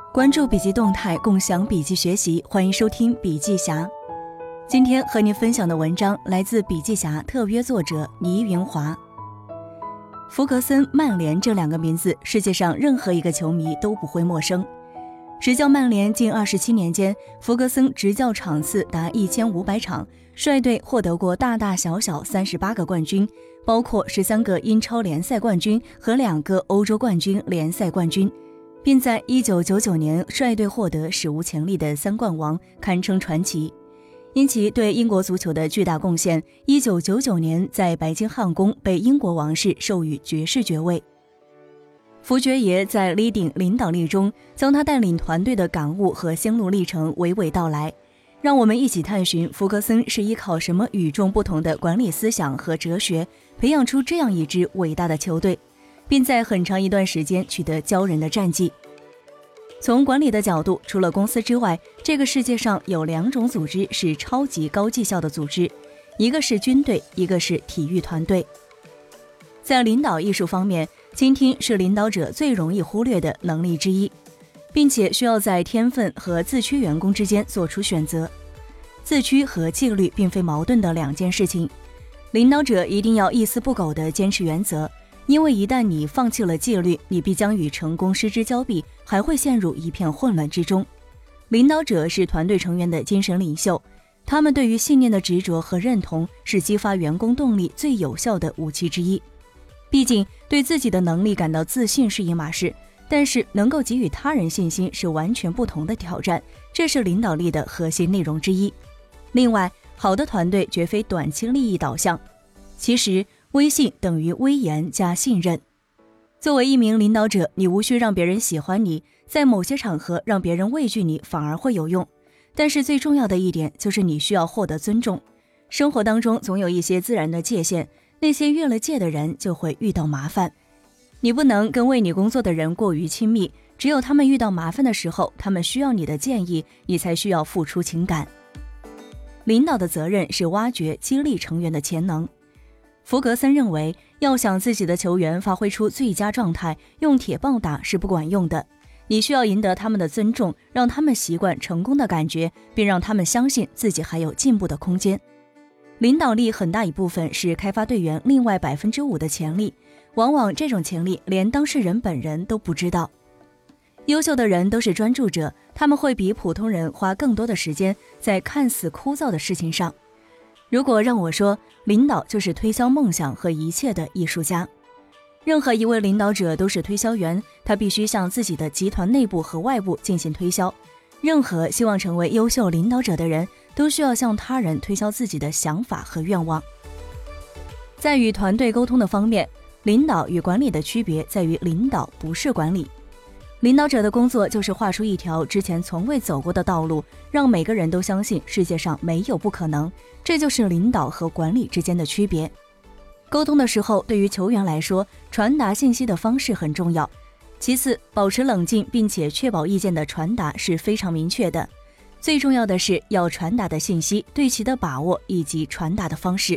关注笔记动态，共享笔记学习，欢迎收听笔记侠。今天和您分享的文章来自笔记侠特约作者倪云华。弗格森、曼联这两个名字，世界上任何一个球迷都不会陌生。执教曼联近27年间，弗格森执教场次达1500场，率队获得过大大小小38个冠军，包括13个英超联赛冠军和2个欧洲冠军联赛冠军，并在1999年率队获得史无前例的3冠王，堪称传奇。因其对英国足球的巨大贡献，1999年在白金汉宫被英国王室授予爵士爵位。福爵爷在 Leading 领导力中，将他带领团队的感悟和心路历程娓娓道来。让我们一起探寻弗格森是依靠什么与众不同的管理思想和哲学，培养出这样一支伟大的球队，并在很长一段时间取得骄人的战绩。从管理的角度，除了公司之外，这个世界上有2种组织是超级高绩效的组织，一个是军队，一个是体育团队。在领导艺术方面，倾听是领导者最容易忽略的能力之一，并且需要在天分和自驱员工之间做出选择。自驱和纪律并非矛盾的2件事情，领导者一定要一丝不苟地坚持原则，因为一旦你放弃了纪律，你必将与成功失之交臂，还会陷入一片混乱之中。领导者是团队成员的精神领袖，他们对于信念的执着和认同是激发员工动力最有效的武器之一。毕竟对自己的能力感到自信是一码事，但是能够给予他人信心是完全不同的挑战，这是领导力的核心内容之一。另外，好的团队绝非短期利益导向，其实威信等于威严加信任。作为一名领导者，你无需让别人喜欢你，在某些场合让别人畏惧你反而会有用，但是最重要的一点就是你需要获得尊重。生活当中总有一些自然的界限，那些越了界的人就会遇到麻烦。你不能跟为你工作的人过于亲密，只有他们遇到麻烦的时候，他们需要你的建议，你才需要付出情感。领导的责任是挖掘、激励成员的潜能。弗格森认为，要想自己的球员发挥出最佳状态，用铁棒打是不管用的。你需要赢得他们的尊重，让他们习惯成功的感觉，并让他们相信自己还有进步的空间。领导力很大一部分是开发队员另外 5% 的潜力，往往这种潜力连当事人本人都不知道。优秀的人都是专注者，他们会比普通人花更多的时间在看似枯燥的事情上。如果让我说，领导就是推销梦想和一切的艺术家。任何一位领导者都是推销员，他必须向自己的集团内部和外部进行推销。任何希望成为优秀领导者的人，都需要向他人推销自己的想法和愿望。在与团队沟通的方面，领导与管理的区别在于领导不是管理。领导者的工作就是画出一条之前从未走过的道路，让每个人都相信世界上没有不可能，这就是领导和管理之间的区别。沟通的时候，对于球员来说，传达信息的方式很重要。其次，保持冷静并且确保意见的传达是非常明确的。最重要的是要传达的信息对其的把握以及传达的方式。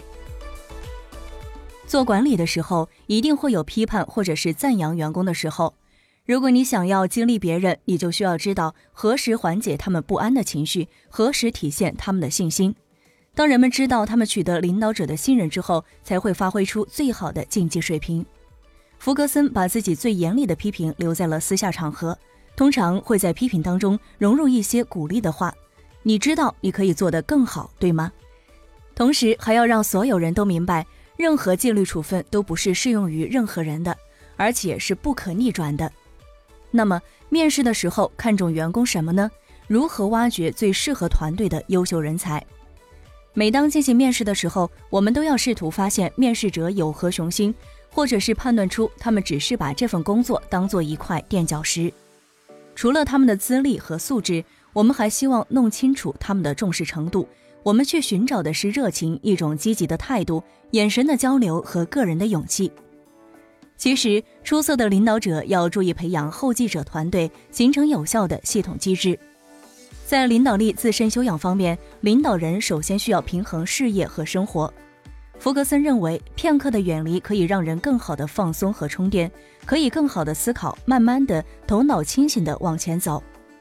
做管理的时候，一定会有批判或者是赞扬员工的时候。如果你想要激励别人，你就需要知道何时缓解他们不安的情绪，何时体现他们的信心。当人们知道他们取得领导者的信任之后，才会发挥出最好的竞技水平。弗格森把自己最严厉的批评留在了私下场合，通常会在批评当中融入一些鼓励的话。你知道你可以做得更好，对吗？同时还要让所有人都明白，任何纪律处分都不是适用于任何人的，而且是不可逆转的。那么面试的时候看重员工什么呢？如何挖掘最适合团队的优秀人才？每当进行面试的时候，我们都要试图发现面试者有何雄心，或者是判断出他们只是把这份工作当做一块垫脚石。除了他们的资历和素质，我们还希望弄清楚他们的重视程度。我们去寻找的是热情，一种积极的态度，眼神的交流和个人的勇气。其实，出色的领导者要注意培养后继者团队，形成有效的系统机制。在领导力自身修养方面，领导人首先需要平衡事业和生活。弗格森认为，片刻的远离可以让人更好的放松和充电，可以更好的思考，慢慢的头脑清醒的往前走。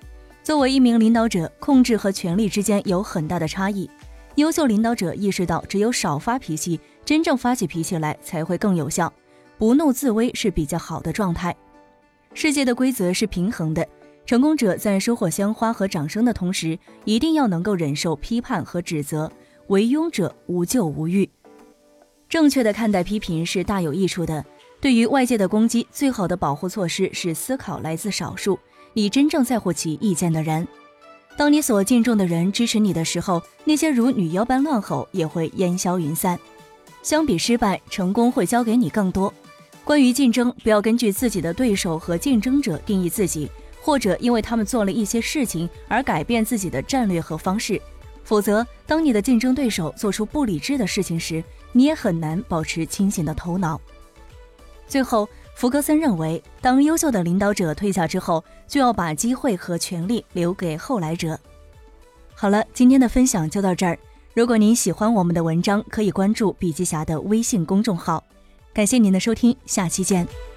作为一名领导者，控制和权力之间有很大的差异。优秀领导者意识到，只有少发脾气，真正发起脾气来才会更有效。不怒自威是比较好的状态。世界的规则是平衡的，成功者在收获鲜花和掌声的同时，一定要能够忍受批判和指责。为庸者无咎无欲。正确的看待批评是大有益处的。对于外界的攻击，最好的保护措施是思考来自少数，你真正在乎其意见的人。当你所敬重的人支持你的时候，那些如女妖般乱吼也会烟消云散。相比失败，成功会交给你更多。关于竞争，不要根据自己的对手和竞争者定义自己，或者因为他们做了一些事情而改变自己的战略和方式。否则，当你的竞争对手做出不理智的事情时，你也很难保持清醒的头脑。最后，福格森认为，当优秀的领导者退下之后，就要把机会和权力留给后来者。好了，今天的分享就到这儿。如果您喜欢我们的文章，可以关注笔记侠的微信公众号。感谢您的收听，下期见。